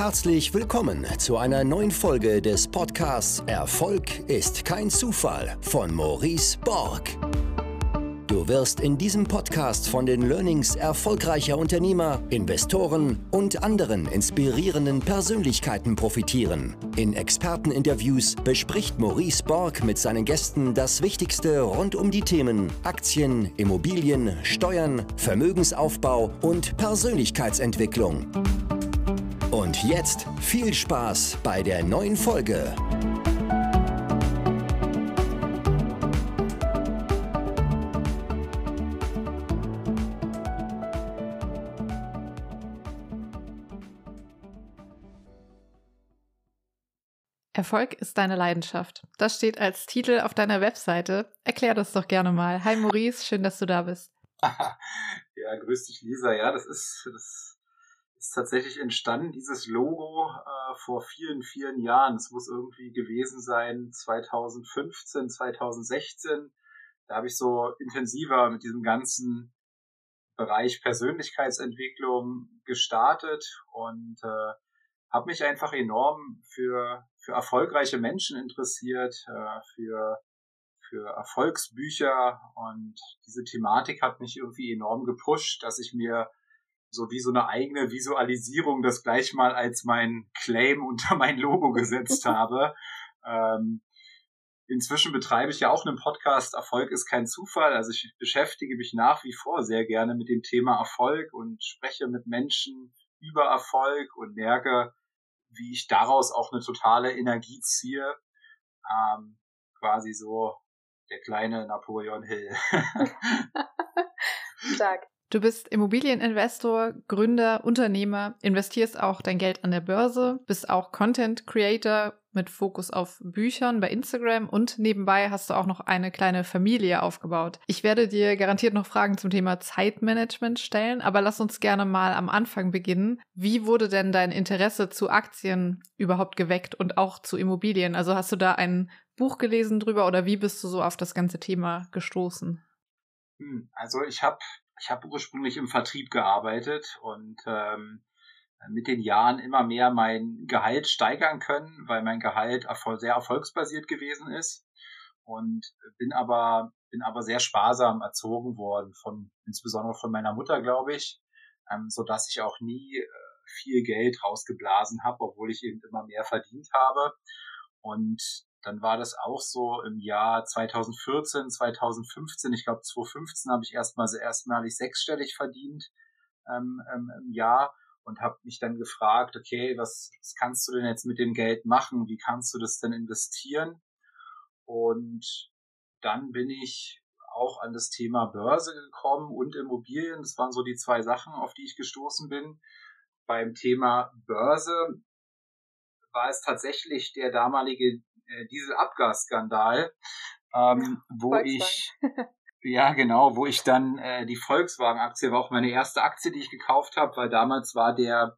Herzlich willkommen zu einer neuen Folge des Podcasts Erfolg ist kein Zufall von Maurice Borg. Du wirst in diesem Podcast von den Learnings erfolgreicher Unternehmer, Investoren und anderen inspirierenden Persönlichkeiten profitieren. In Experteninterviews bespricht Maurice Borg mit seinen Gästen das Wichtigste rund um die Themen Aktien, Immobilien, Steuern, Vermögensaufbau und Persönlichkeitsentwicklung. Und jetzt viel Spaß bei der neuen Folge. Erfolg ist deine Leidenschaft. Das steht als Titel auf deiner Webseite. Erklär das doch gerne mal. Hi Maurice, schön, dass du da bist. Ja, grüß dich Lisa. Ja, das ist tatsächlich entstanden, dieses Logo vor vielen, vielen Jahren. Es muss irgendwie gewesen sein 2015, 2016. Da habe ich so intensiver mit diesem ganzen Bereich Persönlichkeitsentwicklung gestartet und habe mich einfach enorm für erfolgreiche Menschen interessiert, für Erfolgsbücher, und diese Thematik hat mich irgendwie enorm gepusht, dass ich mir so wie so eine eigene Visualisierung das gleich mal als mein Claim unter mein Logo gesetzt habe. Inzwischen betreibe ich ja auch einen Podcast, Erfolg ist kein Zufall. Also ich beschäftige mich nach wie vor sehr gerne mit dem Thema Erfolg und spreche mit Menschen über Erfolg und merke, wie ich daraus auch eine totale Energie ziehe. Quasi so der kleine Napoleon Hill. Stark. Du bist Immobilieninvestor, Gründer, Unternehmer, investierst auch dein Geld an der Börse, bist auch Content Creator mit Fokus auf Büchern bei Instagram und nebenbei hast du auch noch eine kleine Familie aufgebaut. Ich werde dir garantiert noch Fragen zum Thema Zeitmanagement stellen, aber lass uns gerne mal am Anfang beginnen. Wie wurde denn dein Interesse zu Aktien überhaupt geweckt und auch zu Immobilien? Also hast du da ein Buch gelesen drüber oder wie bist du so auf das ganze Thema gestoßen? Also ich habe ursprünglich im Vertrieb gearbeitet und mit den Jahren immer mehr mein Gehalt steigern können, weil mein Gehalt sehr erfolgsbasiert gewesen ist, und bin aber sehr sparsam erzogen worden, insbesondere von meiner Mutter, glaube ich, so dass ich auch nie viel Geld rausgeblasen habe, obwohl ich eben immer mehr verdient habe. Und dann war das auch so im Jahr 2014, 2015, ich glaube 2015 habe ich erstmalig sechsstellig verdient im Jahr und habe mich dann gefragt, okay, was kannst du denn jetzt mit dem Geld machen? Wie kannst du das denn investieren? Und dann bin ich auch an das Thema Börse gekommen und Immobilien. Das waren so die zwei Sachen, auf die ich gestoßen bin. Beim Thema Börse war es tatsächlich der damalige Dieselabgasskandal, wo ich dann die Volkswagen-Aktie war auch meine erste Aktie, die ich gekauft habe, weil damals war der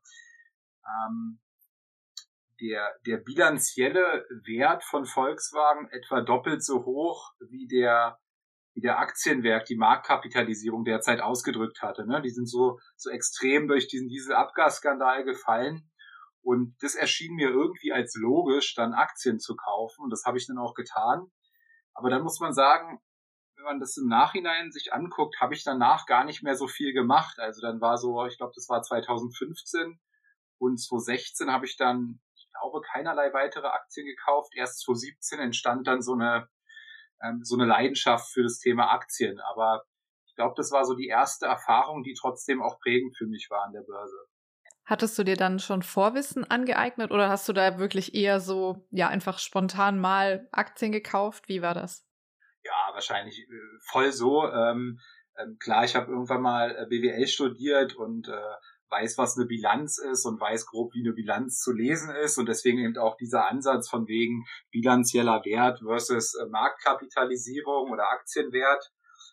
bilanzielle Wert von Volkswagen etwa doppelt so hoch wie der Aktienwert, die Marktkapitalisierung derzeit ausgedrückt hatte. Ne? Die sind so extrem durch diesen Dieselabgasskandal gefallen. Und das erschien mir irgendwie als logisch, dann Aktien zu kaufen. Und das habe ich dann auch getan. Aber dann muss man sagen, wenn man das im Nachhinein sich anguckt, habe ich danach gar nicht mehr so viel gemacht. Also dann war so, ich glaube, das war 2015 und 2016 habe ich dann, ich glaube, keinerlei weitere Aktien gekauft. Erst 2017 entstand dann so eine Leidenschaft für das Thema Aktien. Aber ich glaube, das war so die erste Erfahrung, die trotzdem auch prägend für mich war an der Börse. Hattest du dir dann schon Vorwissen angeeignet oder hast du da wirklich eher so, ja, einfach spontan mal Aktien gekauft? Wie war das? Ja, wahrscheinlich voll so. Klar, ich habe irgendwann mal BWL studiert und weiß, was eine Bilanz ist und weiß grob, wie eine Bilanz zu lesen ist, und deswegen eben auch dieser Ansatz von wegen bilanzieller Wert versus Marktkapitalisierung oder Aktienwert.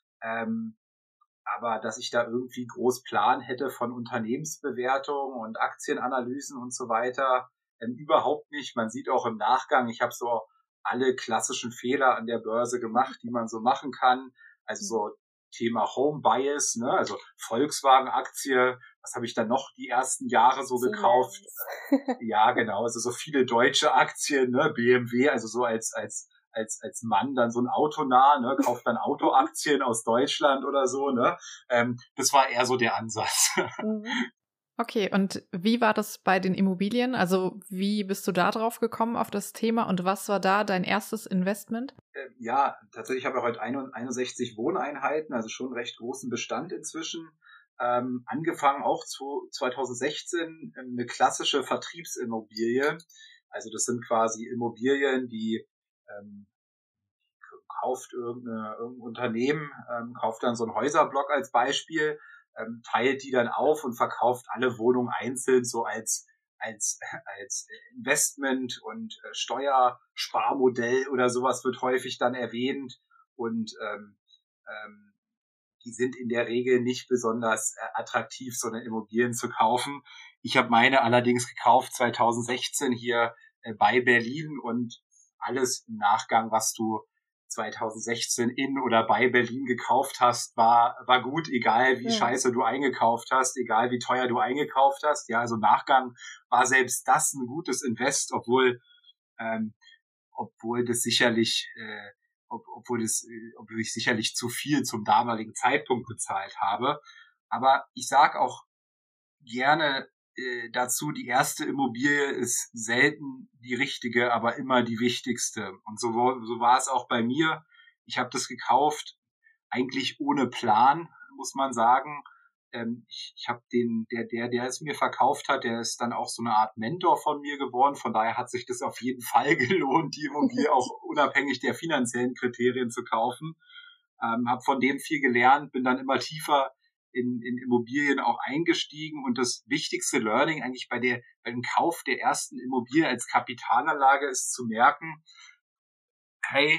Aber dass ich da irgendwie groß Plan hätte von Unternehmensbewertungen und Aktienanalysen und so weiter, überhaupt nicht. Man sieht auch im Nachgang, ich habe so alle klassischen Fehler an der Börse gemacht, die man so machen kann. Also so Thema Home Bias, ne? Also Volkswagen-Aktie, was habe ich dann noch die ersten Jahre so gekauft? Ja, genau, also so viele deutsche Aktien, ne? BMW, also so als Mann dann so ein Autonah, ne? Kauft dann Autoaktien aus Deutschland oder so, ne? Das war eher so der Ansatz. Okay, und wie war das bei den Immobilien? Also wie bist du da drauf gekommen auf das Thema und was war da dein erstes Investment? Ja, tatsächlich habe ich heute 61 Wohneinheiten, also schon recht großen Bestand inzwischen. Angefangen auch 2016 eine klassische Vertriebsimmobilie. Also das sind quasi Immobilien, die kauft irgendein Unternehmen, kauft dann so einen Häuserblock als Beispiel, teilt die dann auf und verkauft alle Wohnungen einzeln so als Investment und Steuersparmodell oder sowas wird häufig dann erwähnt und die sind in der Regel nicht besonders attraktiv, so eine Immobilien zu kaufen. Ich habe meine allerdings gekauft 2016 hier bei Berlin und alles im Nachgang, was du 2016 in oder bei Berlin gekauft hast, war gut, egal wie scheiße du eingekauft hast, egal wie teuer du eingekauft hast. Ja, also im Nachgang war selbst das ein gutes Invest, obwohl das sicherlich obwohl ich sicherlich zu viel zum damaligen Zeitpunkt bezahlt habe. Aber ich sage auch gerne dazu, die erste Immobilie ist selten die richtige, aber immer die wichtigste. Und so war es auch bei mir. Ich habe das gekauft, eigentlich ohne Plan, muss man sagen. Ich habe der es mir verkauft hat, der ist dann auch so eine Art Mentor von mir geworden. Von daher hat sich das auf jeden Fall gelohnt, die Immobilie auch unabhängig der finanziellen Kriterien zu kaufen. Habe von dem viel gelernt, bin dann immer tiefer in Immobilien auch eingestiegen und das wichtigste Learning eigentlich bei dem Kauf der ersten Immobilie als Kapitalanlage ist zu merken, hey,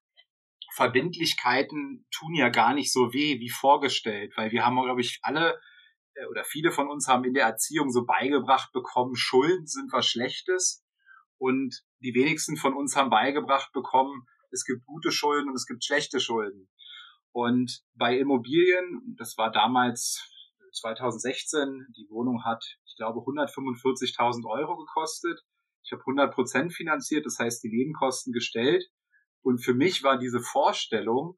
Verbindlichkeiten tun ja gar nicht so weh wie vorgestellt, weil wir haben, glaube ich, alle oder viele von uns haben in der Erziehung so beigebracht bekommen, Schulden sind was Schlechtes und die wenigsten von uns haben beigebracht bekommen, es gibt gute Schulden und es gibt schlechte Schulden. Und bei Immobilien, das war damals 2016, die Wohnung hat, ich glaube, 145.000 Euro gekostet. Ich habe 100% finanziert, das heißt die Nebenkosten gestellt. Und für mich war diese Vorstellung,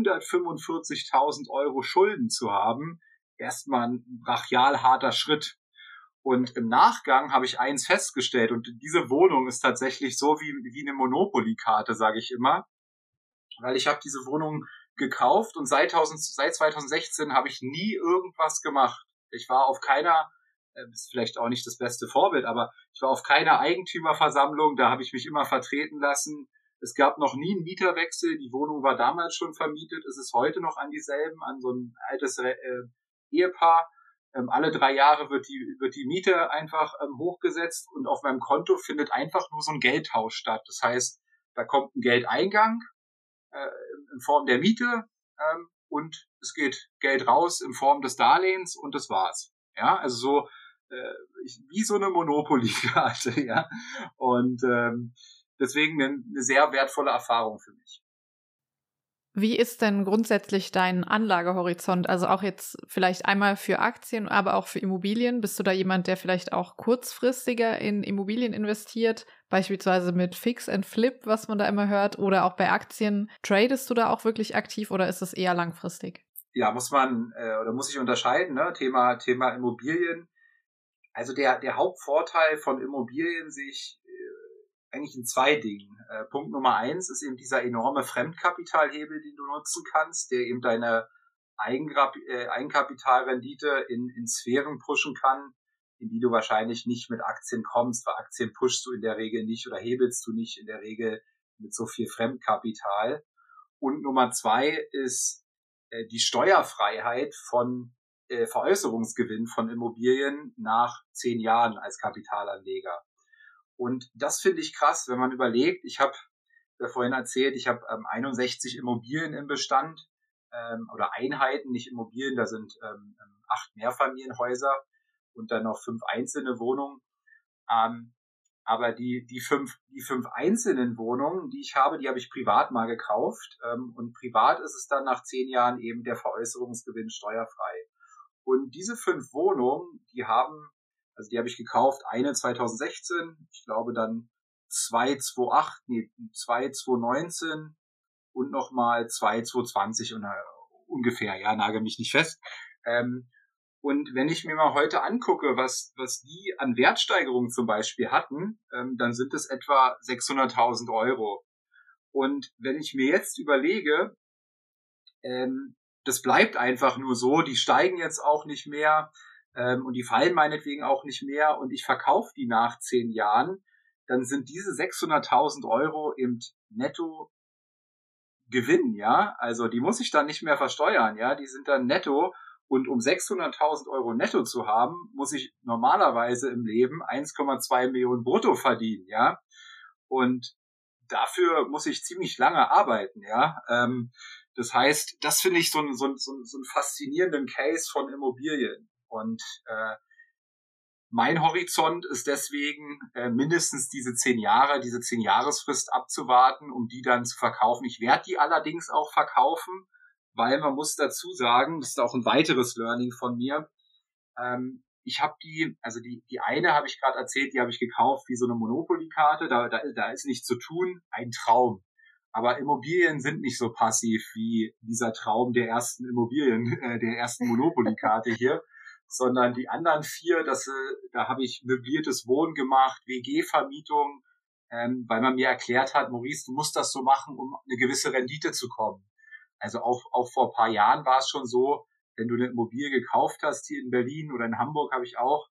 145.000 Euro Schulden zu haben, erstmal ein brachial harter Schritt. Und im Nachgang habe ich eins festgestellt und diese Wohnung ist tatsächlich so wie eine Monopoly-Karte, sage ich immer, weil ich habe diese Wohnung gekauft und seit 2016 habe ich nie irgendwas gemacht. Ich war auf keiner, ist vielleicht auch nicht das beste Vorbild, aber ich war auf keiner Eigentümerversammlung, da habe ich mich immer vertreten lassen. Es gab noch nie einen Mieterwechsel, die Wohnung war damals schon vermietet, es ist heute noch an so ein altes Ehepaar. Alle 3 Jahre wird die Miete einfach hochgesetzt und auf meinem Konto findet einfach nur so ein Geldtausch statt. Das heißt, da kommt ein Geldeingang in Form der Miete und es geht Geld raus in Form des Darlehens und das war's. Ja, also so wie so eine Monopoly-Karte, ja. Und deswegen eine sehr wertvolle Erfahrung für mich. Wie ist denn grundsätzlich dein Anlagehorizont? Also auch jetzt vielleicht einmal für Aktien, aber auch für Immobilien. Bist du da jemand, der vielleicht auch kurzfristiger in Immobilien investiert, beispielsweise mit Fix and Flip, was man da immer hört, oder auch bei Aktien? Tradest du da auch wirklich aktiv oder ist es eher langfristig? Ja, muss ich unterscheiden, ne? Thema Immobilien. Also der Hauptvorteil von Immobilien sehe ich eigentlich in 2 Dingen. Punkt Nummer 1 ist eben dieser enorme Fremdkapitalhebel, den du nutzen kannst, der eben deine Eigenkapitalrendite in Sphären pushen kann, in die du wahrscheinlich nicht mit Aktien kommst, weil Aktien pushst du in der Regel nicht oder hebelst du nicht in der Regel mit so viel Fremdkapital. Und Nummer 2 ist die Steuerfreiheit von Veräußerungsgewinn von Immobilien nach 10 Jahren als Kapitalanleger. Und das finde ich krass, wenn man überlegt, ich habe ja vorhin erzählt, ich habe 61 Immobilien im Bestand oder Einheiten, nicht Immobilien, da sind 8 Mehrfamilienhäuser und dann noch 5 einzelne Wohnungen. Aber die fünf einzelnen Wohnungen, die ich habe, die habe ich privat mal gekauft. Und privat ist es dann nach 10 Jahren eben der Veräußerungsgewinn steuerfrei. Und diese 5 Wohnungen, die habe ich gekauft, eine 2016, ich glaube dann 2 2019 und nochmal 2 2020 ungefähr, ja, nagel mich nicht fest. Und wenn ich mir mal heute angucke, was die an Wertsteigerungen zum Beispiel hatten, dann sind es etwa 600.000 Euro. Und wenn ich mir jetzt überlege, das bleibt einfach nur so, die steigen jetzt auch nicht mehr und die fallen meinetwegen auch nicht mehr und ich verkaufe die nach 10 Jahren, dann sind diese 600.000 Euro im Netto Gewinn, ja, also die muss ich dann nicht mehr versteuern, ja, die sind dann netto. Und um 600.000 Euro netto zu haben, muss ich normalerweise im Leben 1,2 Millionen brutto verdienen, ja. Und dafür muss ich ziemlich lange arbeiten, ja. Das heißt, das finde ich so einen faszinierenden Case von Immobilien. Und mein Horizont ist deswegen mindestens diese 10 Jahre, diese 10-Jahresfrist abzuwarten, um die dann zu verkaufen. Ich werde die allerdings auch verkaufen, weil man muss dazu sagen, das ist auch ein weiteres Learning von mir, ich habe die eine habe ich gerade erzählt, die habe ich gekauft wie so eine Monopoly-Karte, da ist nichts zu tun, ein Traum. Aber Immobilien sind nicht so passiv wie dieser Traum der ersten der ersten Monopoly-Karte hier, sondern die anderen 4, da habe ich möbliertes Wohnen gemacht, WG-Vermietung, weil man mir erklärt hat, Maurice, du musst das so machen, um eine gewisse Rendite zu kommen. Also auch vor ein paar Jahren war es schon so, wenn du eine Immobilie gekauft hast, hier in Berlin oder in Hamburg habe ich auch,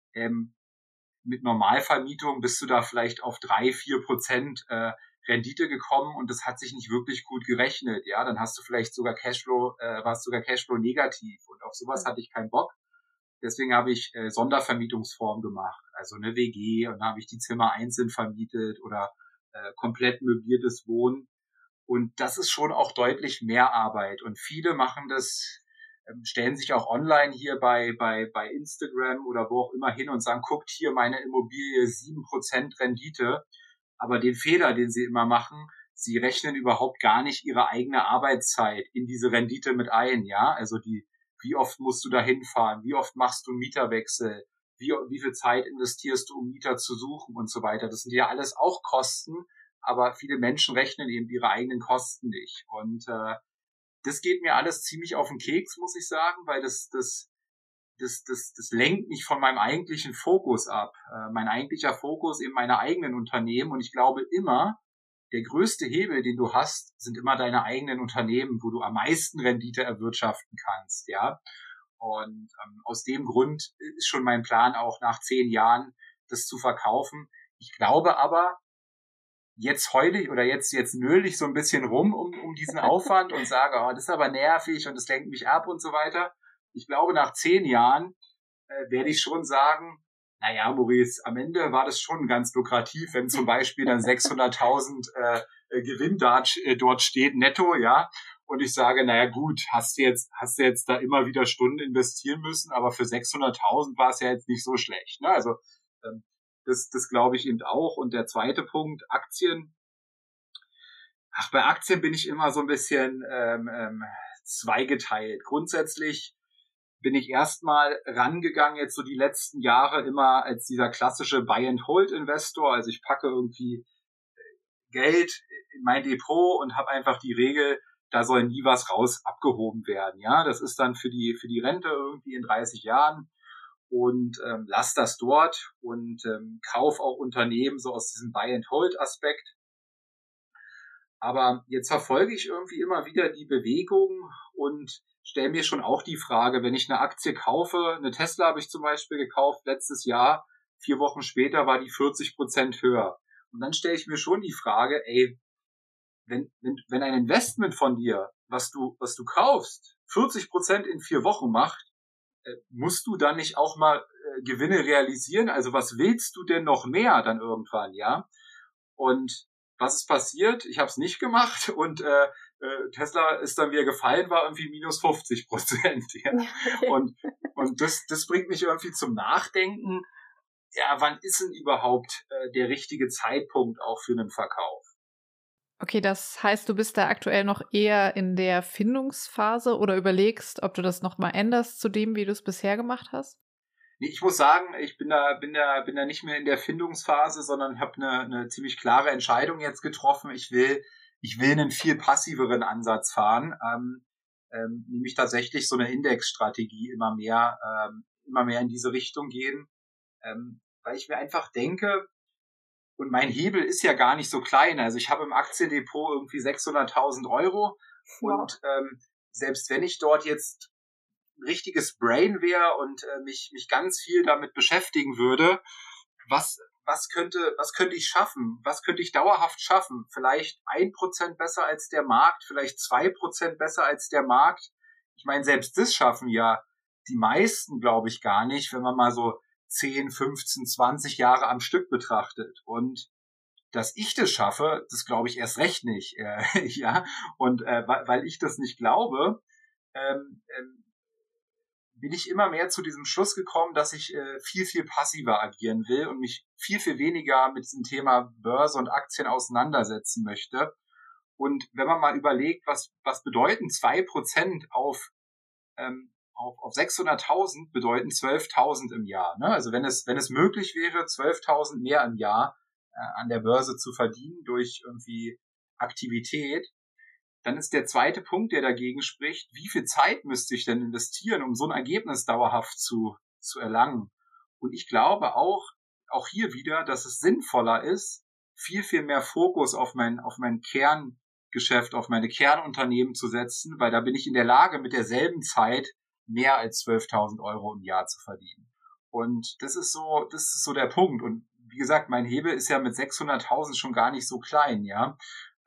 mit Normalvermietung bist du da vielleicht auf 3-4% Rendite gekommen und das hat sich nicht wirklich gut gerechnet. Ja, dann hast du vielleicht sogar warst sogar Cashflow negativ und auf sowas hatte ich keinen Bock. Deswegen habe ich Sondervermietungsform gemacht, also eine WG und dann habe ich die Zimmer einzeln vermietet oder komplett möbliertes Wohnen. Und das ist schon auch deutlich mehr Arbeit. Und viele machen das, stellen sich auch online hier bei Instagram oder wo auch immer hin und sagen, guckt hier meine Immobilie, 7% Rendite. Aber den Fehler, den sie immer machen, sie rechnen überhaupt gar nicht ihre eigene Arbeitszeit in diese Rendite mit ein, ja. Also wie oft musst du da hinfahren? Wie oft machst du einen Mieterwechsel? Wie viel Zeit investierst du, um Mieter zu suchen und so weiter? Das sind ja alles auch Kosten. Aber viele Menschen rechnen eben ihre eigenen Kosten nicht. Und das geht mir alles ziemlich auf den Keks, muss ich sagen, weil das lenkt mich von meinem eigentlichen Fokus ab. Mein eigentlicher Fokus eben meine eigenen Unternehmen. Und ich glaube immer, der größte Hebel, den du hast, sind immer deine eigenen Unternehmen, wo du am meisten Rendite erwirtschaften kannst, ja. Und aus dem Grund ist schon mein Plan auch nach 10 Jahren, das zu verkaufen. Ich glaube aber, jetzt heule ich oder jetzt nöle ich so ein bisschen rum um diesen Aufwand und sage, oh, das ist aber nervig und das lenkt mich ab und so weiter. Ich glaube, nach 10 Jahren werde ich schon sagen, naja, Maurice, am Ende war das schon ganz lukrativ, wenn zum Beispiel dann 600.000 Gewinn dort steht, netto, ja. Und ich sage, naja gut, hast du jetzt da immer wieder Stunden investieren müssen, aber für 600.000 war es ja jetzt nicht so schlecht, ne? Also das glaube ich eben auch. Und der zweite Punkt, Aktien. Bei Aktien bin ich immer so ein bisschen zweigeteilt. Grundsätzlich bin ich erstmal rangegangen, jetzt so die letzten Jahre immer als dieser klassische Buy-and-Hold-Investor. Also ich packe irgendwie Geld in mein Depot und habe einfach die Regel, da soll nie was raus abgehoben werden. Ja, das ist dann für die Rente irgendwie in 30 Jahren. Und lass das dort und kauf auch Unternehmen so aus diesem Buy-and-Hold-Aspekt. Aber jetzt verfolge ich irgendwie immer wieder die Bewegung und stelle mir schon auch die Frage, wenn ich eine Aktie kaufe, eine Tesla habe ich zum Beispiel gekauft letztes Jahr, 4 Wochen später war die 40% höher. Und dann stelle ich mir schon die Frage, ey, wenn ein Investment von dir, was du kaufst, 40% in 4 Wochen macht, musst du dann nicht auch mal Gewinne realisieren? Also was willst du denn noch mehr dann irgendwann, ja? Und was ist passiert? Ich habe es nicht gemacht und Tesla ist dann wieder gefallen, war irgendwie minus 50%. Ja? Und das bringt mich irgendwie zum Nachdenken. wann ist denn überhaupt der richtige Zeitpunkt auch für einen Verkauf? Okay, das heißt, du bist da aktuell noch eher in der Findungsphase oder überlegst, ob du das nochmal änderst zu dem, wie du es bisher gemacht hast? Nee, ich muss sagen, ich bin da nicht mehr in der Findungsphase, sondern habe eine ziemlich klare Entscheidung jetzt getroffen. Ich will einen viel passiveren Ansatz fahren, nämlich tatsächlich so eine Indexstrategie immer mehr in diese Richtung gehen, weil ich mir einfach denke, und mein Hebel ist ja gar nicht so klein. Also ich habe im Aktiendepot irgendwie 600.000 Euro. Wow. Und selbst wenn ich dort jetzt ein richtiges Brain wäre und mich ganz viel damit beschäftigen würde, was könnte ich schaffen? Was könnte ich dauerhaft schaffen? Vielleicht 1% besser als der Markt, vielleicht 2% besser als der Markt. Ich meine, selbst das schaffen ja die meisten, glaube ich, gar nicht, wenn man mal so 10, 15, 20 Jahre am Stück betrachtet. Und dass ich das schaffe, das glaube ich erst recht nicht. Ja. Und weil ich das nicht glaube, bin ich immer mehr zu diesem Schluss gekommen, dass ich viel, viel passiver agieren will und mich viel, viel weniger mit diesem Thema Börse und Aktien auseinandersetzen möchte. Und wenn man mal überlegt, was bedeuten 2% auf 600.000 bedeuten 12.000 im Jahr. Ne? Also wenn es möglich wäre, 12.000 mehr im Jahr an der Börse zu verdienen durch irgendwie Aktivität, dann ist der zweite Punkt, der dagegen spricht, wie viel Zeit müsste ich denn investieren, um so ein Ergebnis dauerhaft zu erlangen? Und ich glaube auch hier wieder, dass es sinnvoller ist, viel, viel mehr Fokus auf mein Kerngeschäft, auf meine Kernunternehmen zu setzen, weil da bin ich in der Lage, mit derselben Zeit mehr als 12.000 Euro im Jahr zu verdienen. Und das ist so der Punkt. Und wie gesagt, mein Hebel ist ja mit 600.000 schon gar nicht so klein, ja.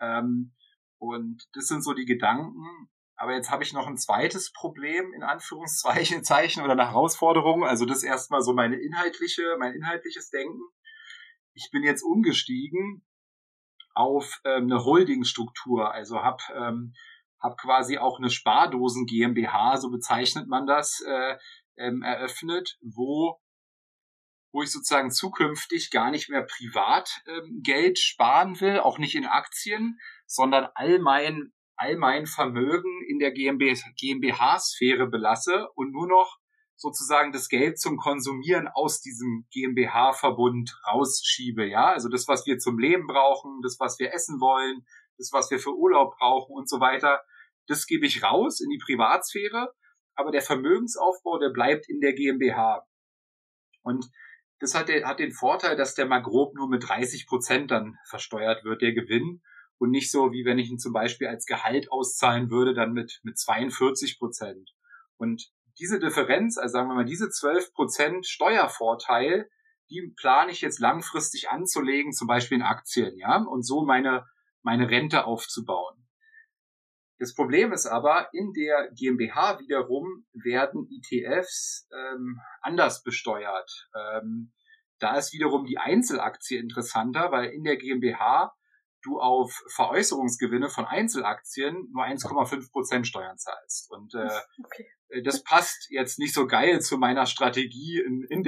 Und das sind so die Gedanken. Aber jetzt habe ich noch ein zweites Problem, in Anführungszeichen, oder eine Herausforderung. Also das erstmal so mein inhaltliches Denken. Ich bin jetzt umgestiegen auf eine Holdingstruktur. Also habe quasi auch eine Spardosen GmbH, so bezeichnet man das, eröffnet, wo ich sozusagen zukünftig gar nicht mehr privat Geld sparen will, auch nicht in Aktien, sondern all mein Vermögen in der GmbH-Sphäre belasse und nur noch sozusagen das Geld zum Konsumieren aus diesem GmbH-Verbund rausschiebe. Ja, also das, was wir zum Leben brauchen, das, was wir essen wollen, das, was wir für Urlaub brauchen und so weiter, das gebe ich raus in die Privatsphäre, aber der Vermögensaufbau, der bleibt in der GmbH. Und das hat den Vorteil, dass der mal grob nur mit 30% dann versteuert wird, der Gewinn, und nicht so, wie wenn ich ihn zum Beispiel als Gehalt auszahlen würde, dann mit 42%. Und diese Differenz, also sagen wir mal, diese 12% Steuervorteil, die plane ich jetzt langfristig anzulegen, zum Beispiel in Aktien, ja, und so meine Rente aufzubauen. Das Problem ist aber, in der GmbH wiederum werden ETFs anders besteuert. Da ist wiederum die Einzelaktie interessanter, weil in der GmbH du auf Veräußerungsgewinne von Einzelaktien nur 1,5% Steuern zahlst. Und okay. Das passt jetzt nicht so geil zu meiner Strategie,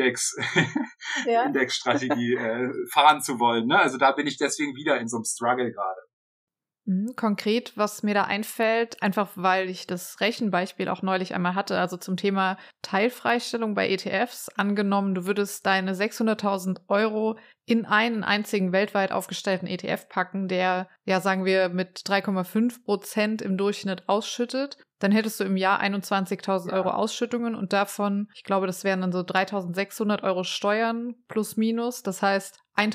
Indexstrategie fahren zu wollen. Ne? Also da bin ich deswegen wieder in so einem Struggle gerade. Konkret, was mir da einfällt, einfach weil ich das Rechenbeispiel auch neulich einmal hatte, also zum Thema Teilfreistellung bei ETFs, angenommen, du würdest deine 600.000 Euro in einen einzigen weltweit aufgestellten ETF packen, der, ja sagen wir, mit 3,5% im Durchschnitt ausschüttet, dann hättest du im Jahr 21.000 Euro Ausschüttungen und davon, ich glaube, das wären dann so 3.600 Euro Steuern plus minus. Das heißt,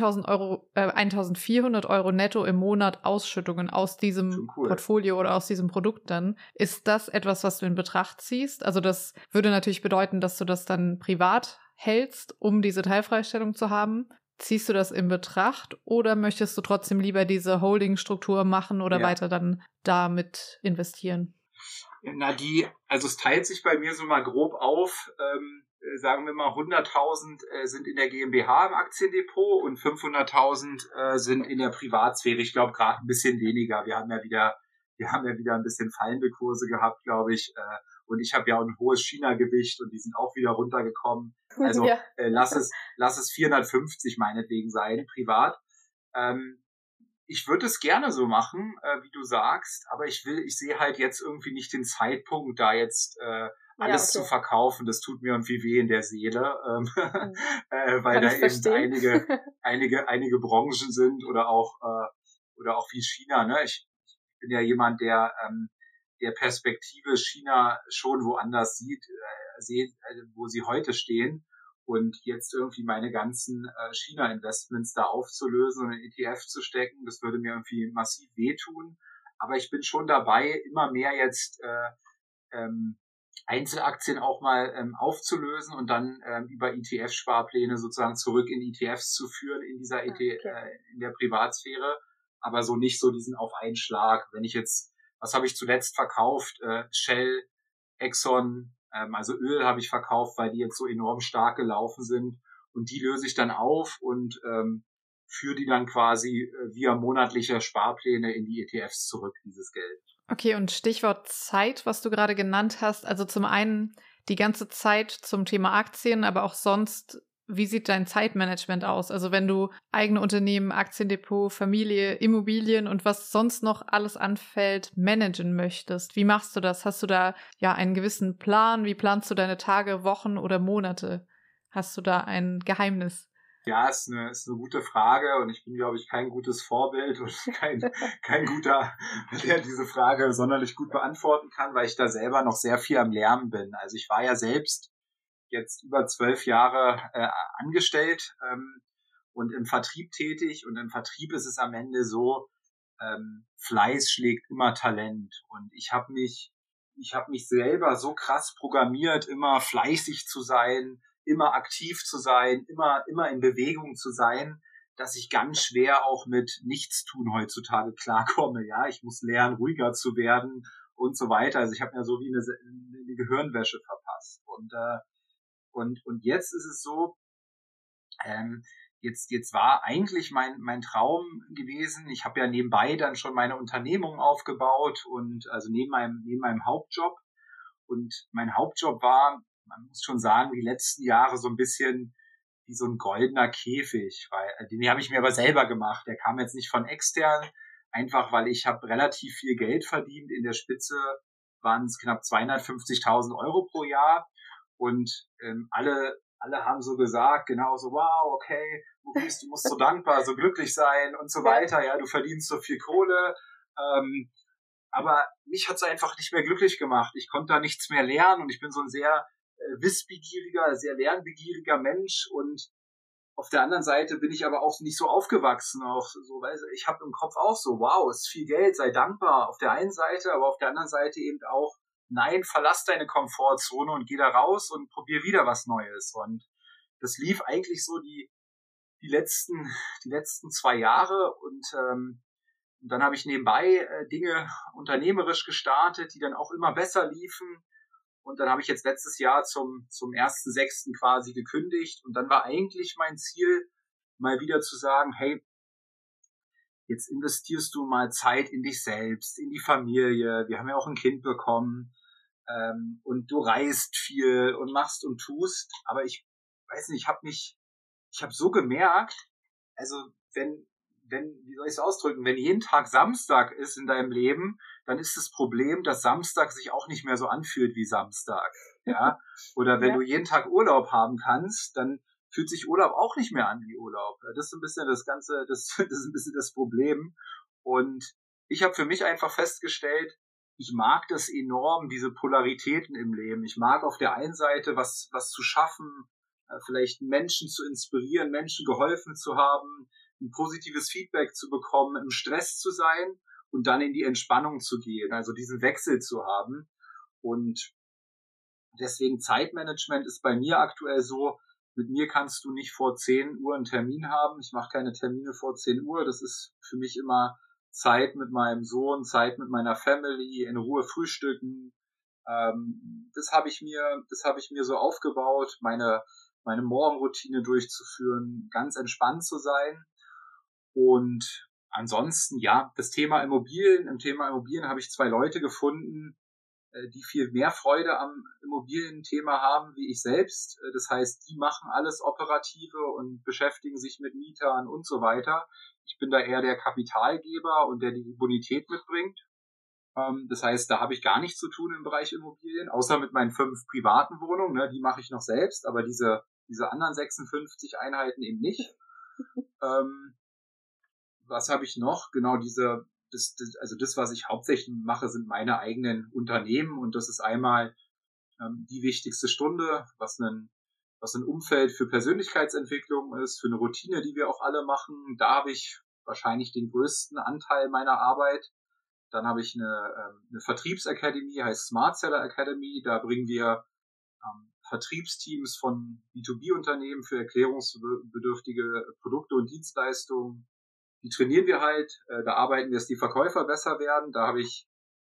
1.400 Euro netto im Monat Ausschüttungen aus diesem Portfolio oder aus diesem Produkt dann. Ist das etwas, was du in Betracht ziehst? Also das würde natürlich bedeuten, dass du das dann privat hältst, um diese Teilfreistellung zu haben. Ziehst du das in Betracht oder möchtest du trotzdem lieber diese Holding-Struktur machen oder weiter dann damit investieren? Also es teilt sich bei mir so mal grob auf, sagen wir mal 100.000 sind in der GmbH im Aktiendepot und 500.000 sind in der Privatsphäre. Ich glaube gerade ein bisschen weniger. Wir haben ja wieder ein bisschen fallende Kurse gehabt, glaube ich. Und ich habe ja auch ein hohes China-Gewicht und die sind auch wieder runtergekommen. Also Ja. lass es 450 meinetwegen sein, privat. Ich würde es gerne so machen, wie du sagst, aber ich sehe halt jetzt irgendwie nicht den Zeitpunkt, da jetzt alles zu verkaufen. Das tut mir irgendwie weh in der Seele, weil da eben einige Branchen sind oder auch wie China. Ne? Ich bin ja jemand, der Perspektive China schon woanders sieht, wo sie heute stehen. Und jetzt irgendwie meine ganzen China-Investments da aufzulösen und in ETF zu stecken, das würde mir irgendwie massiv wehtun. Aber ich bin schon dabei, immer mehr jetzt Einzelaktien auch mal aufzulösen und dann über ETF-Sparpläne sozusagen zurück in ETFs zu führen in dieser in der Privatsphäre. Aber so nicht so diesen auf einen Schlag. Wenn ich jetzt, was habe ich zuletzt verkauft? Shell, Exxon, also Öl habe ich verkauft, weil die jetzt so enorm stark gelaufen sind. Und die löse ich dann auf und führe die dann quasi via monatlicher Sparpläne in die ETFs zurück, dieses Geld. Okay, und Stichwort Zeit, was du gerade genannt hast. Also zum einen die ganze Zeit zum Thema Aktien, aber auch sonst, wie sieht dein Zeitmanagement aus? Also wenn du eigene Unternehmen, Aktiendepot, Familie, Immobilien und was sonst noch alles anfällt, managen möchtest, wie machst du das? Hast du da ja einen gewissen Plan? Wie planst du deine Tage, Wochen oder Monate? Hast du da ein Geheimnis? Ja, ist eine gute Frage und ich bin, glaube ich, kein gutes Vorbild und kein guter, der diese Frage sonderlich gut beantworten kann, weil ich da selber noch sehr viel am Lernen bin. Also ich war ja selbst jetzt über 12 Jahre angestellt und im Vertrieb tätig und im Vertrieb ist es am Ende so, Fleiß schlägt immer Talent und ich habe mich selber so krass programmiert, immer fleißig zu sein, immer aktiv zu sein, immer in Bewegung zu sein, dass ich ganz schwer auch mit Nichtstun heutzutage klarkomme. Ja, ich muss lernen, ruhiger zu werden und so weiter. Also ich habe mir so wie eine Gehirnwäsche verpasst. Und jetzt ist es so, jetzt war eigentlich mein Traum gewesen. Ich habe ja nebenbei dann schon meine Unternehmung aufgebaut und also neben meinem Hauptjob. Und mein Hauptjob war, man muss schon sagen, die letzten Jahre so ein bisschen wie so ein goldener Käfig, weil den habe ich mir aber selber gemacht. Der kam jetzt nicht von extern, einfach weil ich habe relativ viel Geld verdient. In der Spitze waren es knapp 250.000 € pro Jahr und alle haben so gesagt, genau so, wow, okay, Maurice, du musst so dankbar, so glücklich sein und so weiter. Ja, du verdienst so viel Kohle. Aber mich hat's einfach nicht mehr glücklich gemacht. Ich konnte da nichts mehr lernen und ich bin so ein sehr wissbegieriger, sehr lernbegieriger Mensch und auf der anderen Seite bin ich aber auch nicht so aufgewachsen, auch so, weil ich habe im Kopf auch so, wow, ist viel Geld, sei dankbar auf der einen Seite, aber auf der anderen Seite eben auch, nein, verlass deine Komfortzone und geh da raus und probier wieder was Neues. Und das lief eigentlich so die letzten 2 Jahre und dann habe ich nebenbei Dinge unternehmerisch gestartet, die dann auch immer besser liefen. Und dann habe ich jetzt letztes Jahr zum 1.6. quasi gekündigt. Und dann war eigentlich mein Ziel, mal wieder zu sagen, hey, jetzt investierst du mal Zeit in dich selbst, in die Familie. Wir haben ja auch ein Kind bekommen. Und du reist viel und machst und tust. Aber ich weiß nicht, ich habe so gemerkt, also wie soll ich es ausdrücken, wenn jeden Tag Samstag ist in deinem Leben, dann ist das Problem, dass Samstag sich auch nicht mehr so anfühlt wie Samstag, ja? Oder wenn du jeden Tag Urlaub haben kannst, dann fühlt sich Urlaub auch nicht mehr an wie Urlaub. Das ist ein bisschen das ist ein bisschen das Problem. Und ich habe für mich einfach festgestellt, ich mag das enorm, diese Polaritäten im Leben. Ich mag auf der einen Seite was zu schaffen, vielleicht Menschen zu inspirieren, Menschen geholfen zu haben, ein positives Feedback zu bekommen, im Stress zu sein und dann in die Entspannung zu gehen, also diesen Wechsel zu haben. Und deswegen Zeitmanagement ist bei mir aktuell so, mit mir kannst du nicht vor 10 Uhr einen Termin haben. Ich mache keine Termine vor 10 Uhr. Das ist für mich immer Zeit mit meinem Sohn, Zeit mit meiner Family, in Ruhe frühstücken. Das habe ich mir so aufgebaut, meine Morgenroutine durchzuführen, ganz entspannt zu sein. Und ansonsten, ja, im Thema Immobilien habe ich 2 Leute gefunden, die viel mehr Freude am Immobilienthema haben wie ich selbst. Das heißt, die machen alles Operative und beschäftigen sich mit Mietern und so weiter. Ich bin da eher der Kapitalgeber und der die Bonität mitbringt. Das heißt, da habe ich gar nichts zu tun im Bereich Immobilien, außer mit meinen 5 privaten Wohnungen, ne, die mache ich noch selbst, aber diese anderen 56 Einheiten eben nicht. Was habe ich noch? Genau, das, was ich hauptsächlich mache, sind meine eigenen Unternehmen, und das ist einmal die wichtigste Stunde, was ein Umfeld für Persönlichkeitsentwicklung ist, für eine Routine, die wir auch alle machen. Da habe ich wahrscheinlich den größten Anteil meiner Arbeit. Dann habe ich eine Vertriebsakademie, heißt Smart Seller Academy. Da bringen wir Vertriebsteams von B2B-Unternehmen für erklärungsbedürftige Produkte und Dienstleistungen. Die trainieren wir halt. Da arbeiten wir, dass die Verkäufer besser werden. Da habe ich,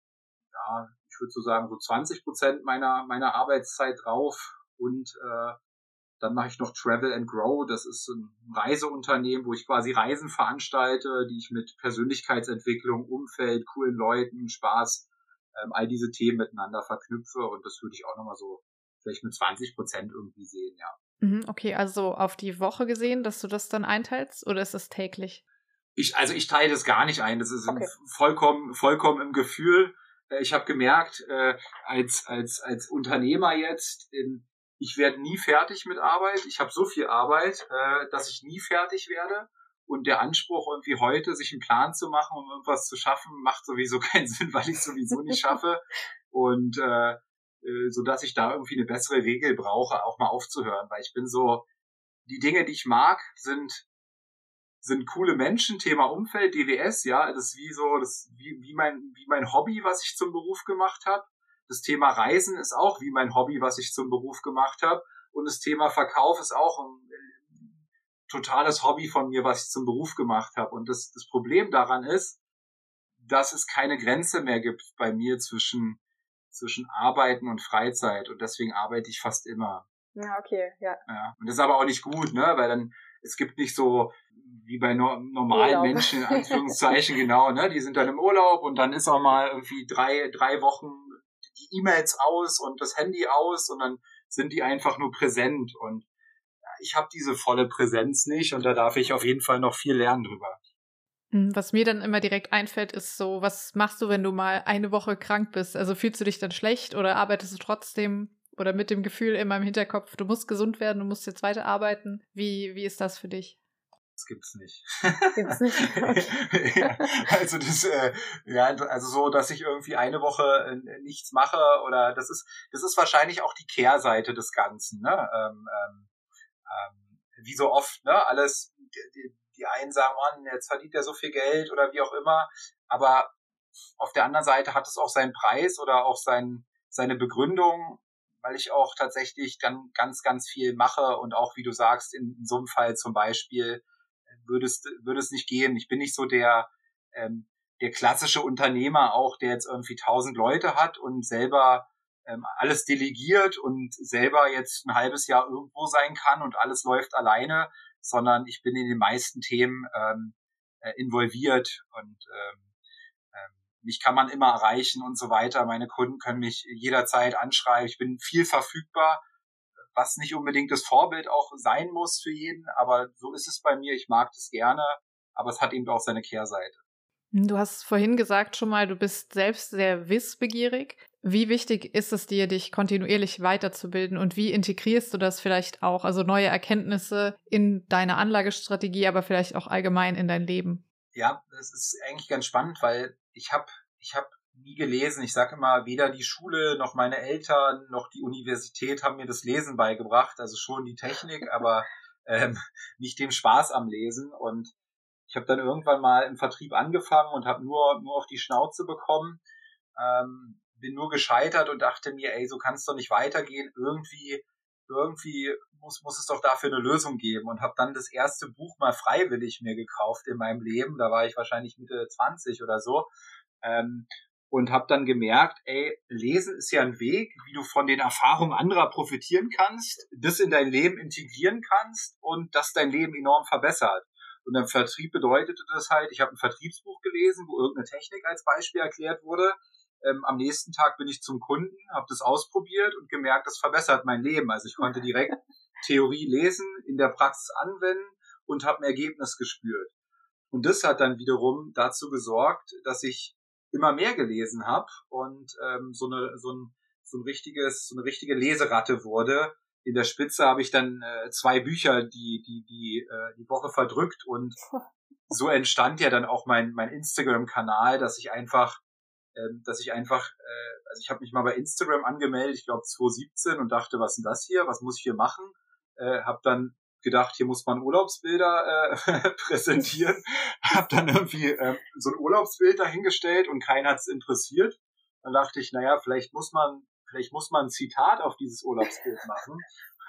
ich würde so sagen, so 20% meiner Arbeitszeit drauf. Und dann mache ich noch Travel and Grow. Das ist ein Reiseunternehmen, wo ich quasi Reisen veranstalte, die ich mit Persönlichkeitsentwicklung, Umfeld, coolen Leuten, Spaß, all diese Themen miteinander verknüpfe. Und das würde ich auch nochmal so vielleicht mit 20% irgendwie sehen, ja. Okay, also auf die Woche gesehen, dass du das dann einteilst, oder ist es täglich? Ich teile das gar nicht ein. Das ist vollkommen im Gefühl. Ich habe gemerkt, als Unternehmer jetzt, ich werde nie fertig mit Arbeit. Ich habe so viel Arbeit, dass ich nie fertig werde. Und der Anspruch, irgendwie heute sich einen Plan zu machen, um irgendwas zu schaffen, macht sowieso keinen Sinn, weil ich es sowieso nicht schaffe. Und so dass ich da irgendwie eine bessere Regel brauche, auch mal aufzuhören. Weil ich bin so, die Dinge, die ich mag, sind coole Menschen, Thema Umfeld, DWS, ja, das ist wie mein Hobby, was ich zum Beruf gemacht habe. Das Thema Reisen ist auch wie mein Hobby, was ich zum Beruf gemacht habe. Und das Thema Verkauf ist auch ein totales Hobby von mir, was ich zum Beruf gemacht habe. Und das Problem daran ist, dass es keine Grenze mehr gibt bei mir zwischen Arbeiten und Freizeit. Und deswegen arbeite ich fast immer. Ja, okay, ja. Und das ist aber auch nicht gut, ne, weil dann, es gibt nicht so wie bei normalen Urlaub. Menschen, in Anführungszeichen, genau, ne, die sind dann im Urlaub und dann ist auch mal irgendwie drei Wochen die E-Mails aus und das Handy aus und dann sind die einfach nur präsent, und ich habe diese volle Präsenz nicht, und da darf ich auf jeden Fall noch viel lernen drüber. Was mir dann immer direkt einfällt, ist so, was machst du, wenn du mal eine Woche krank bist? Also fühlst du dich dann schlecht oder arbeitest du trotzdem oder mit dem Gefühl immer im Hinterkopf, du musst gesund werden, du musst jetzt weiter arbeiten? Wie ist das für dich? Das gibt's nicht. Gibt's nicht? Okay. Ja, also also so, dass ich irgendwie eine Woche nichts mache, oder das ist wahrscheinlich auch die Kehrseite des Ganzen, ne? Wie so oft, ne? Alles, die einen sagen, Mann, jetzt verdient er so viel Geld oder wie auch immer, aber auf der anderen Seite hat es auch seinen Preis oder auch seine Begründung, weil ich auch tatsächlich dann ganz, ganz viel mache, und auch, wie du sagst, in so einem Fall zum Beispiel würde es nicht gehen. Ich bin nicht so der klassische Unternehmer auch, der jetzt irgendwie 1000 Leute hat und selber alles delegiert und selber jetzt ein halbes Jahr irgendwo sein kann und alles läuft alleine, sondern ich bin in den meisten Themen involviert, und mich kann man immer erreichen und so weiter. Meine Kunden können mich jederzeit anschreiben. Ich bin viel verfügbar, was nicht unbedingt das Vorbild auch sein muss für jeden, aber so ist es bei mir. Ich mag das gerne, aber es hat eben auch seine Kehrseite. Du hast vorhin gesagt schon mal, du bist selbst sehr wissbegierig. Wie wichtig ist es dir, dich kontinuierlich weiterzubilden, und wie integrierst du das vielleicht auch, also neue Erkenntnisse in deine Anlagestrategie, aber vielleicht auch allgemein in dein Leben? Ja, das ist eigentlich ganz spannend, weil ich hab nie gelesen. Ich sage immer, weder die Schule noch meine Eltern noch die Universität haben mir das Lesen beigebracht. Also schon die Technik, aber nicht den Spaß am Lesen. Und ich habe dann irgendwann mal im Vertrieb angefangen und habe nur auf die Schnauze bekommen. Bin nur gescheitert und dachte mir, ey, so kann es doch nicht weitergehen. Irgendwie muss es doch dafür eine Lösung geben, und habe dann das erste Buch mal freiwillig mir gekauft in meinem Leben. Da war ich wahrscheinlich Mitte 20 oder so. Und habe dann gemerkt, ey, Lesen ist ja ein Weg, wie du von den Erfahrungen anderer profitieren kannst, das in dein Leben integrieren kannst und das dein Leben enorm verbessert. Und im Vertrieb bedeutete das halt, ich habe ein Vertriebsbuch gelesen, wo irgendeine Technik als Beispiel erklärt wurde. Am nächsten Tag bin ich zum Kunden, habe das ausprobiert und gemerkt, das verbessert mein Leben. Also ich konnte direkt Theorie lesen, in der Praxis anwenden und habe ein Ergebnis gespürt. Und das hat dann wiederum dazu gesorgt, dass ich immer mehr gelesen habe und so eine richtige Leseratte wurde. In der Spitze habe ich dann 2 Bücher die Woche verdrückt und so entstand ja dann auch mein Instagram-Kanal, dass ich einfach, also ich habe mich mal bei Instagram angemeldet, ich glaube 2017 und dachte, was ist denn das hier? Was muss ich hier machen? Habe dann gedacht, hier muss man Urlaubsbilder präsentieren. Habe dann irgendwie so ein Urlaubsbild dahingestellt und keinen hat's interessiert. Dann dachte ich, naja, vielleicht muss man ein Zitat auf dieses Urlaubsbild machen.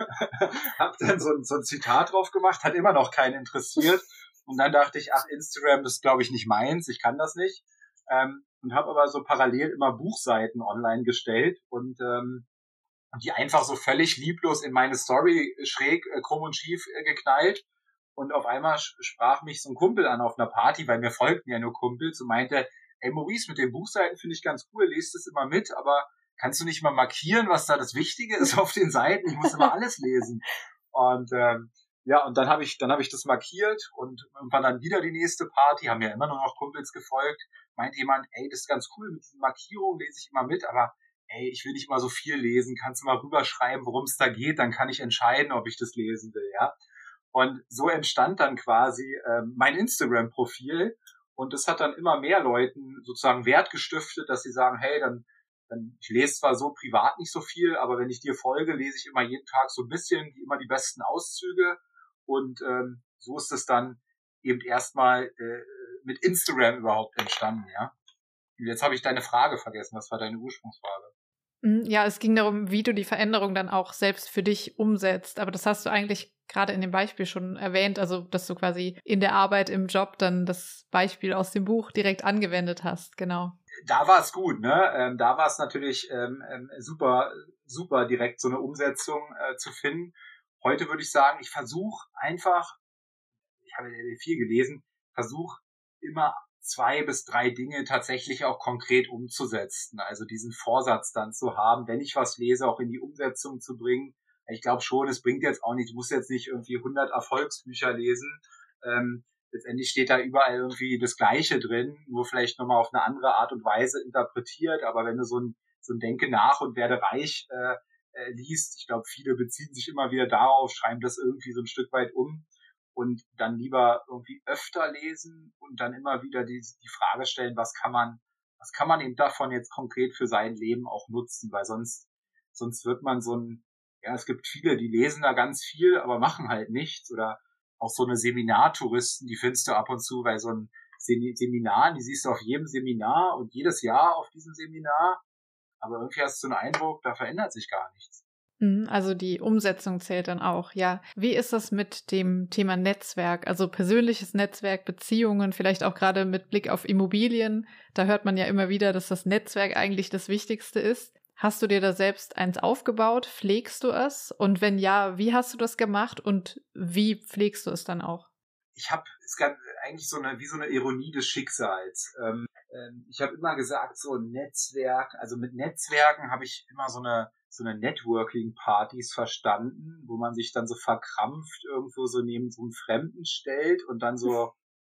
Hab dann so ein Zitat drauf gemacht, hat immer noch keinen interessiert. Und dann dachte ich, ach, Instagram ist, glaube ich, nicht meins, ich kann das nicht. Und habe aber so parallel immer Buchseiten online gestellt und die einfach so völlig lieblos in meine Story schräg, krumm und schief geknallt. Und auf einmal sprach mich so ein Kumpel an auf einer Party, weil mir folgten ja nur Kumpels und meinte, ey Maurice, mit den Buchseiten finde ich ganz cool, lest es immer mit, aber kannst du nicht mal markieren, was da das Wichtige ist auf den Seiten? Ich muss immer alles lesen. Und und dann habe ich das markiert und irgendwann dann wieder die nächste Party, haben ja immer nur noch Kumpels gefolgt, meint jemand, ey, das ist ganz cool, mit diesen Markierungen lese ich immer mit, aber ey, ich will nicht mal so viel lesen, kannst du mal rüberschreiben, worum es da geht, dann kann ich entscheiden, ob ich das lesen will, ja. Und so entstand dann quasi mein Instagram-Profil und das hat dann immer mehr Leuten sozusagen Wert gestiftet, dass sie sagen, hey, dann ich lese zwar so privat nicht so viel, aber wenn ich dir folge, lese ich immer jeden Tag so ein bisschen, immer die besten Auszüge und so ist es dann eben erstmal mit Instagram überhaupt entstanden, ja. Und jetzt habe ich deine Frage vergessen, was war deine Ursprungsfrage? Ja, es ging darum, wie du die Veränderung dann auch selbst für dich umsetzt. Aber das hast du eigentlich gerade in dem Beispiel schon erwähnt, also dass du quasi in der Arbeit, im Job dann das Beispiel aus dem Buch direkt angewendet hast, genau. Da war es gut, ne? Da war es natürlich super, super direkt so eine Umsetzung zu finden. Heute würde ich sagen, ich versuche einfach, ich habe viel gelesen, versuche immer 2 bis 3 Dinge tatsächlich auch konkret umzusetzen. Also diesen Vorsatz dann zu haben, wenn ich was lese, auch in die Umsetzung zu bringen. Ich glaube schon, es bringt jetzt auch nicht, du musst jetzt nicht irgendwie 100 Erfolgsbücher lesen. Letztendlich steht da überall irgendwie das Gleiche drin, nur vielleicht nochmal auf eine andere Art und Weise interpretiert. Aber wenn du so ein Denke nach und werde reich liest, ich glaube, viele beziehen sich immer wieder darauf, schreiben das irgendwie so ein Stück weit um und dann lieber irgendwie öfter lesen und dann immer wieder die Frage stellen, was kann man eben davon jetzt konkret für sein Leben auch nutzen, weil sonst wird man es gibt viele, die lesen da ganz viel, aber machen halt nichts oder auch so eine Seminartouristen, die findest du ab und zu bei so einem Seminar, die siehst du auf jedem Seminar und jedes Jahr auf diesem Seminar, aber irgendwie hast du den Eindruck, da verändert sich gar nichts. Also die Umsetzung zählt dann auch, ja. Wie ist das mit dem Thema Netzwerk, also persönliches Netzwerk, Beziehungen, vielleicht auch gerade mit Blick auf Immobilien? Da hört man ja immer wieder, dass das Netzwerk eigentlich das Wichtigste ist. Hast du dir da selbst eins aufgebaut? Pflegst du es? Und wenn ja, wie hast du das gemacht und wie pflegst du es dann auch? Es gab eigentlich wie so eine Ironie des Schicksals. Ich habe immer gesagt, so Netzwerk, also mit Netzwerken habe ich immer so eine Networking-Partys verstanden, wo man sich dann so verkrampft irgendwo so neben so einem Fremden stellt und dann so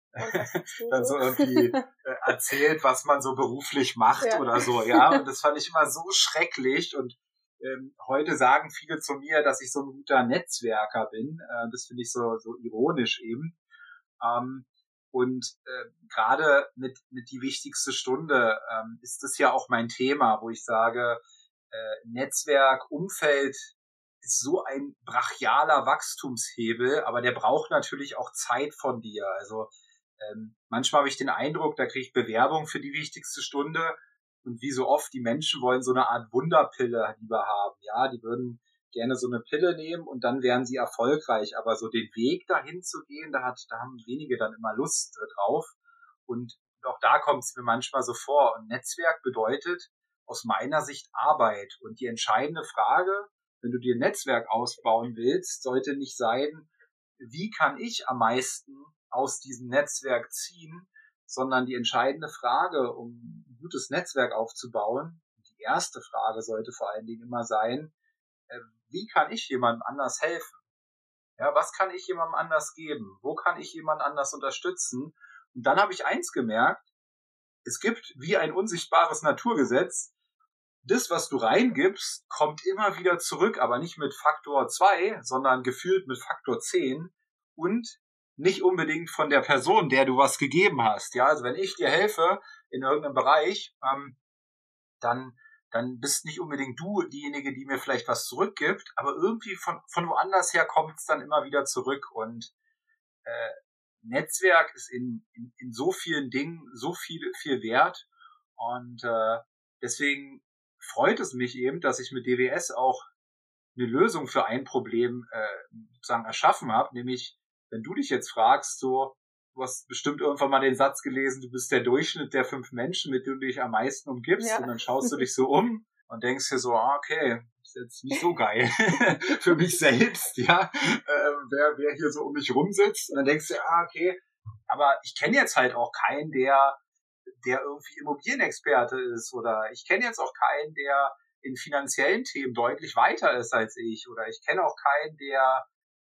irgendwie erzählt, was man so beruflich macht oder so, ja. Und das fand ich immer so schrecklich und heute sagen viele zu mir, dass ich so ein guter Netzwerker bin. Das finde ich so ironisch eben. Gerade mit die wichtigste Stunde ist das ja auch mein Thema, wo ich sage, Netzwerk, Umfeld ist so ein brachialer Wachstumshebel, aber der braucht natürlich auch Zeit von dir. Also manchmal habe ich den Eindruck, da kriege ich Bewerbung für die wichtigste Stunde und wie so oft, die Menschen wollen so eine Art Wunderpille lieber haben. Ja, die würden gerne so eine Pille nehmen und dann wären sie erfolgreich. Aber so den Weg dahin zu gehen, da haben wenige dann immer Lust drauf. Und auch da kommt es mir manchmal so vor. Und Netzwerk bedeutet aus meiner Sicht Arbeit. Und die entscheidende Frage, wenn du dir ein Netzwerk ausbauen willst, sollte nicht sein, wie kann ich am meisten aus diesem Netzwerk ziehen, sondern die entscheidende Frage, um ein gutes Netzwerk aufzubauen, die erste Frage sollte vor allen Dingen immer sein, wie kann ich jemandem anders helfen? Ja, was kann ich jemandem anders geben? Wo kann ich jemanden anders unterstützen? Und dann habe ich eins gemerkt, es gibt wie ein unsichtbares Naturgesetz, das, was du reingibst, kommt immer wieder zurück, aber nicht mit Faktor 2, sondern gefühlt mit Faktor 10 und nicht unbedingt von der Person, der du was gegeben hast. Ja, also wenn ich dir helfe in irgendeinem Bereich, dann bist nicht unbedingt du diejenige, die mir vielleicht was zurückgibt, aber irgendwie von woanders her kommt es dann immer wieder zurück. Und Netzwerk ist in so vielen Dingen so viel wert. Und deswegen freut es mich eben, dass ich mit DWS auch eine Lösung für ein Problem sozusagen erschaffen habe, nämlich wenn du dich jetzt fragst, so, du hast bestimmt irgendwann mal den Satz gelesen, du bist der Durchschnitt der 5 Menschen, mit denen du dich am meisten umgibst, ja. Und dann schaust du dich so um und denkst dir so, okay, ist jetzt nicht so geil für mich selbst, ja, wer hier so um mich rumsitzt, und dann denkst du, okay, aber ich kenne jetzt halt auch keinen, der irgendwie Immobilienexperte ist, oder ich kenne jetzt auch keinen, der in finanziellen Themen deutlich weiter ist als ich, oder ich kenne auch keinen, der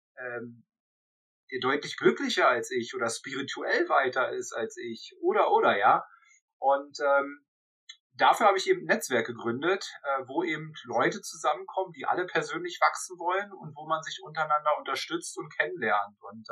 deutlich glücklicher als ich oder spirituell weiter ist als ich, oder, ja. Und dafür habe ich eben ein Netzwerk gegründet, wo eben Leute zusammenkommen, die alle persönlich wachsen wollen und wo man sich untereinander unterstützt und kennenlernt. Und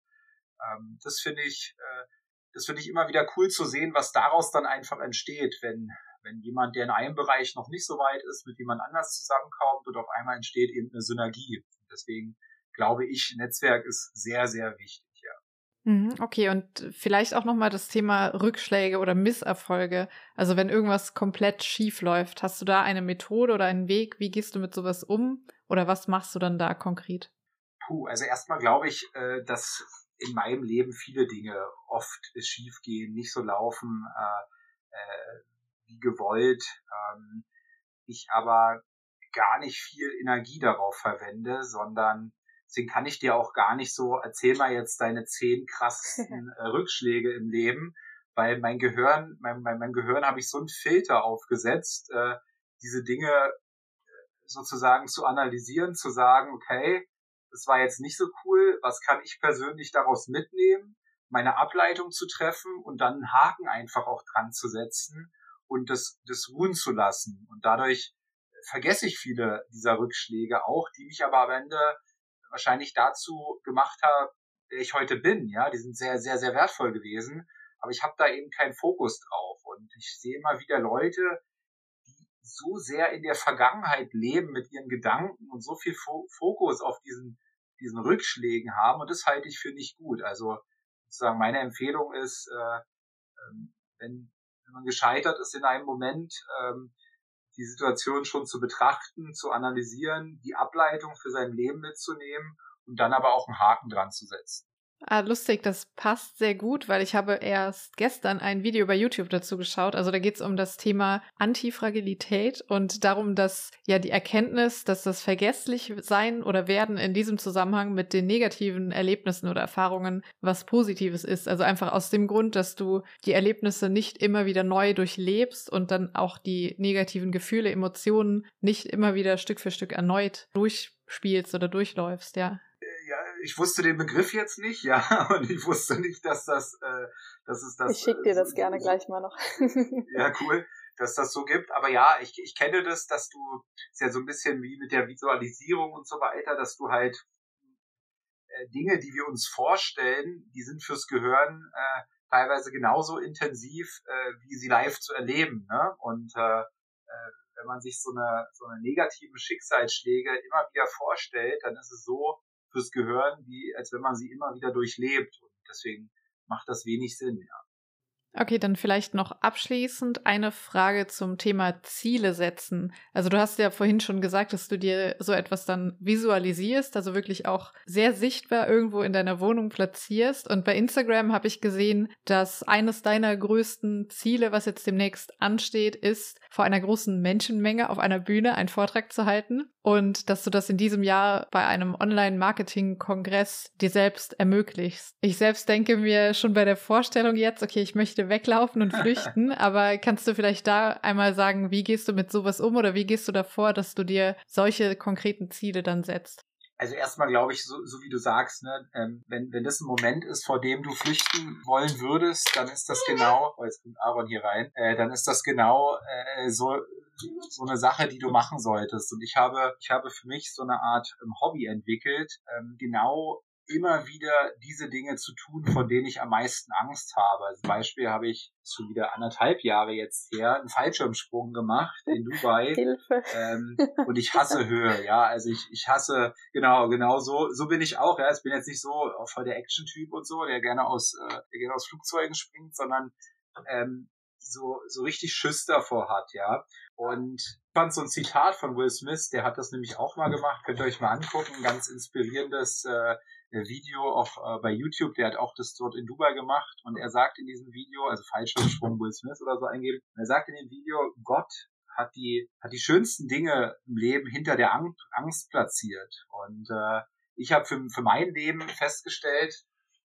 das finde ich immer wieder cool zu sehen, was daraus dann einfach entsteht, wenn jemand, der in einem Bereich noch nicht so weit ist, mit jemand anders zusammenkommt und auf einmal entsteht eben eine Synergie. Deswegen glaube ich, Netzwerk ist sehr, sehr wichtig, ja. Okay, und vielleicht auch nochmal das Thema Rückschläge oder Misserfolge. Also wenn irgendwas komplett schief läuft, hast du da eine Methode oder einen Weg? Wie gehst du mit sowas um? Oder was machst du dann da konkret? Also erstmal glaube ich, dass in meinem Leben viele Dinge oft schief gehen, nicht so laufen wie gewollt. Ich aber gar nicht viel Energie darauf verwende, sondern deswegen kann ich dir auch gar nicht so, erzähl mal jetzt deine 10 krassesten Rückschläge im Leben, weil mein Gehirn habe ich so einen Filter aufgesetzt, diese Dinge sozusagen zu analysieren, zu sagen, okay, das war jetzt nicht so cool, was kann ich persönlich daraus mitnehmen, meine Ableitung zu treffen und dann einen Haken einfach auch dran zu setzen und das ruhen zu lassen. Und dadurch vergesse ich viele dieser Rückschläge auch, die mich aber am Ende wahrscheinlich dazu gemacht haben, der ich heute bin. Ja, die sind sehr, sehr, sehr wertvoll gewesen, aber ich habe da eben keinen Fokus drauf. Und ich sehe immer wieder Leute, die so sehr in der Vergangenheit leben mit ihren Gedanken und so viel Fokus auf diesen Rückschlägen haben, und das halte ich für nicht gut. Also sozusagen meine Empfehlung ist, wenn man gescheitert ist in einem Moment, die Situation schon zu betrachten, zu analysieren, die Ableitung für sein Leben mitzunehmen und dann aber auch einen Haken dran zu setzen. Lustig, das passt sehr gut, weil ich habe erst gestern ein Video bei YouTube dazu geschaut. Also da geht es um das Thema Antifragilität und darum, dass ja die Erkenntnis, dass das vergesslich sein oder werden in diesem Zusammenhang mit den negativen Erlebnissen oder Erfahrungen was Positives ist. Also einfach aus dem Grund, dass du die Erlebnisse nicht immer wieder neu durchlebst und dann auch die negativen Gefühle, Emotionen nicht immer wieder Stück für Stück erneut durchspielst oder durchläufst, ja. Ich wusste den Begriff jetzt nicht, ja, und ich wusste nicht, dass es das. Ich schicke dir das gerne gleich mal noch. Ja, cool, dass das so gibt. Aber ja, ich kenne das, dass du, ist ja so ein bisschen wie mit der Visualisierung und so weiter, dass du halt Dinge, die wir uns vorstellen, die sind fürs Gehirn teilweise genauso intensiv, wie sie live zu erleben, ne? Und wenn man sich so eine negativen Schicksalsschläge immer wieder vorstellt, dann ist es so fürs Gehirn, wie als wenn man sie immer wieder durchlebt. Und deswegen macht das wenig Sinn, ja. Okay, dann vielleicht noch abschließend eine Frage zum Thema Ziele setzen. Also du hast ja vorhin schon gesagt, dass du dir so etwas dann visualisierst, also wirklich auch sehr sichtbar irgendwo in deiner Wohnung platzierst. Und bei Instagram habe ich gesehen, dass eines deiner größten Ziele, was jetzt demnächst ansteht, ist, vor einer großen Menschenmenge auf einer Bühne einen Vortrag zu halten und dass du das in diesem Jahr bei einem Online-Marketing-Kongress dir selbst ermöglichst. Ich selbst denke mir schon bei der Vorstellung jetzt, okay, ich möchte weglaufen und flüchten, aber kannst du vielleicht da einmal sagen, wie gehst du mit sowas um oder wie gehst du davor, dass du dir solche konkreten Ziele dann setzt? Also erstmal glaube ich, so wie du sagst, ne, wenn das ein Moment ist, vor dem du flüchten wollen würdest, dann ist das genau, jetzt kommt Aaron hier rein, dann ist das genau so eine Sache, die du machen solltest. Und ich habe für mich so eine Art Hobby entwickelt, genau immer wieder diese Dinge zu tun, von denen ich am meisten Angst habe. Also zum Beispiel habe ich schon wieder 1,5 Jahre jetzt her einen Fallschirmsprung gemacht in Dubai. Hilfe. Und ich hasse Höhe, ja. Also ich hasse, genau so bin ich auch, ja. Ich bin jetzt nicht so voll der Action-Typ und so, der gerne aus Flugzeugen springt, sondern so richtig Schiss davor hat, ja. Und ich fand so ein Zitat von Will Smith, der hat das nämlich auch mal gemacht, könnt ihr euch mal angucken, ganz inspirierendes Video auch bei YouTube, der hat auch das dort in Dubai gemacht und er sagt in diesem Video, also Fallschirmsprung Will Smith oder so eingeben, er sagt in dem Video, Gott hat die schönsten Dinge im Leben hinter der Angst platziert. Und ich habe für mein Leben festgestellt,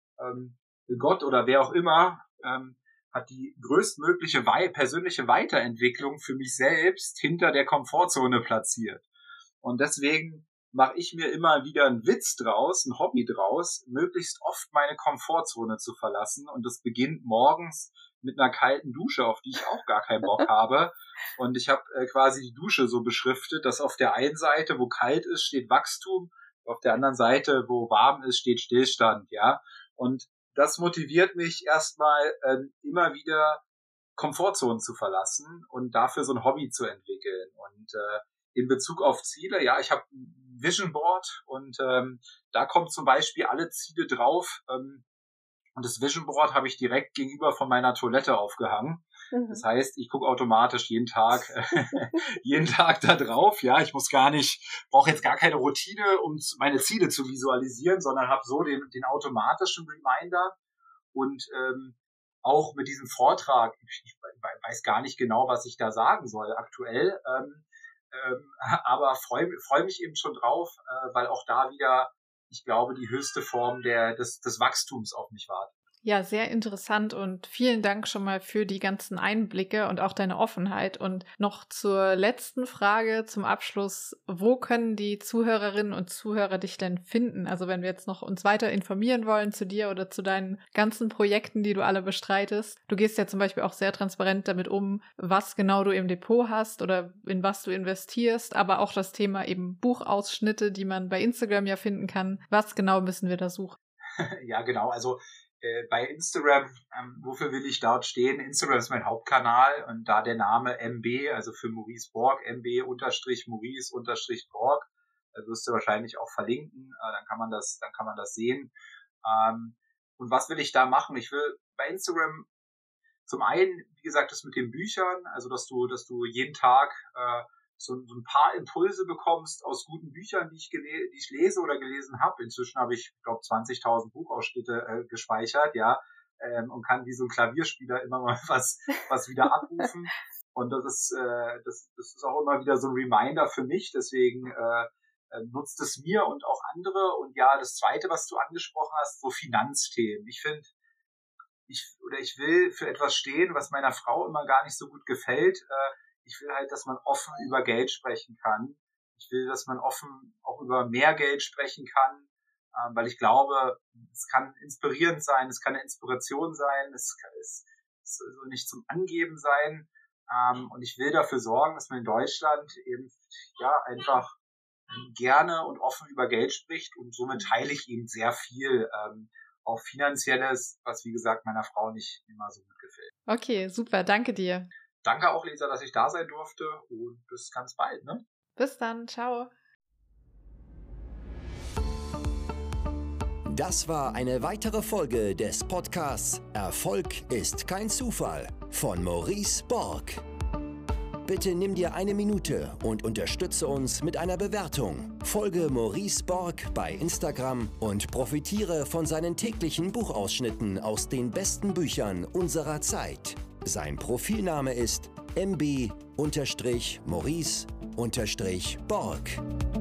Gott oder wer auch immer hat die größtmögliche persönliche Weiterentwicklung für mich selbst hinter der Komfortzone platziert. Und deswegen mache ich mir immer wieder einen Witz draus, ein Hobby draus, möglichst oft meine Komfortzone zu verlassen. Und das beginnt morgens mit einer kalten Dusche, auf die ich auch gar keinen Bock habe. Und ich habe quasi die Dusche so beschriftet, dass auf der einen Seite, wo kalt ist, steht Wachstum, auf der anderen Seite, wo warm ist, steht Stillstand, ja. Und das motiviert mich erstmal immer wieder Komfortzonen zu verlassen und dafür so ein Hobby zu entwickeln. Und in Bezug auf Ziele, ja, ich habe ein Vision Board und da kommen zum Beispiel alle Ziele drauf. Und das Vision Board habe ich direkt gegenüber von meiner Toilette aufgehangen. Das heißt, ich gucke automatisch jeden Tag da drauf. Ja, ich brauche jetzt gar keine Routine, um meine Ziele zu visualisieren, sondern habe so den automatischen Reminder. Und auch mit diesem Vortrag, ich weiß gar nicht genau, was ich da sagen soll aktuell, aber freu mich eben schon drauf, weil auch da wieder, ich glaube, die höchste Form des Wachstums auf mich wartet. Ja, sehr interessant und vielen Dank schon mal für die ganzen Einblicke und auch deine Offenheit. Und noch zur letzten Frage zum Abschluss. Wo können die Zuhörerinnen und Zuhörer dich denn finden? Also wenn wir jetzt noch uns weiter informieren wollen zu dir oder zu deinen ganzen Projekten, die du alle bestreitest. Du gehst ja zum Beispiel auch sehr transparent damit um, was genau du im Depot hast oder in was du investierst, aber auch das Thema eben Buchausschnitte, die man bei Instagram ja finden kann. Was genau müssen wir da suchen? Ja, genau. Also bei Instagram, wofür will ich dort stehen? Instagram ist mein Hauptkanal und da der Name MB, also für Maurice Borg, MB_Maurice_Borg, wirst du wahrscheinlich auch verlinken, dann kann man das sehen. Und was will ich da machen? Ich will bei Instagram zum einen, wie gesagt, das mit den Büchern, also dass du jeden Tag so ein paar Impulse bekommst aus guten Büchern, die ich lese oder gelesen habe. Inzwischen habe ich, glaube 20.000 Buchausschnitte gespeichert, ja, und kann wie so ein Klavierspieler immer mal was wieder abrufen. Und das ist auch immer wieder so ein Reminder für mich. Deswegen nutzt es mir und auch andere. Und ja, das Zweite, was du angesprochen hast, so Finanzthemen. Ich finde, ich will für etwas stehen, was meiner Frau immer gar nicht so gut gefällt. Ich will halt, dass man offen über Geld sprechen kann. Ich will, dass man offen auch über mehr Geld sprechen kann, weil ich glaube, es kann inspirierend sein, es kann eine Inspiration sein, es soll nicht zum Angeben sein. Und ich will dafür sorgen, dass man in Deutschland eben ja einfach gerne und offen über Geld spricht und somit teile ich eben sehr viel, auch Finanzielles, was wie gesagt meiner Frau nicht immer so gut gefällt. Okay, super, danke dir. Danke auch, Lisa, dass ich da sein durfte und bis ganz bald, ne? Bis dann, ciao. Das war eine weitere Folge des Podcasts Erfolg ist kein Zufall von Maurice Borg. Bitte nimm dir eine Minute und unterstütze uns mit einer Bewertung. Folge Maurice Borg bei Instagram und profitiere von seinen täglichen Buchausschnitten aus den besten Büchern unserer Zeit. Sein Profilname ist mb_maurice_borg.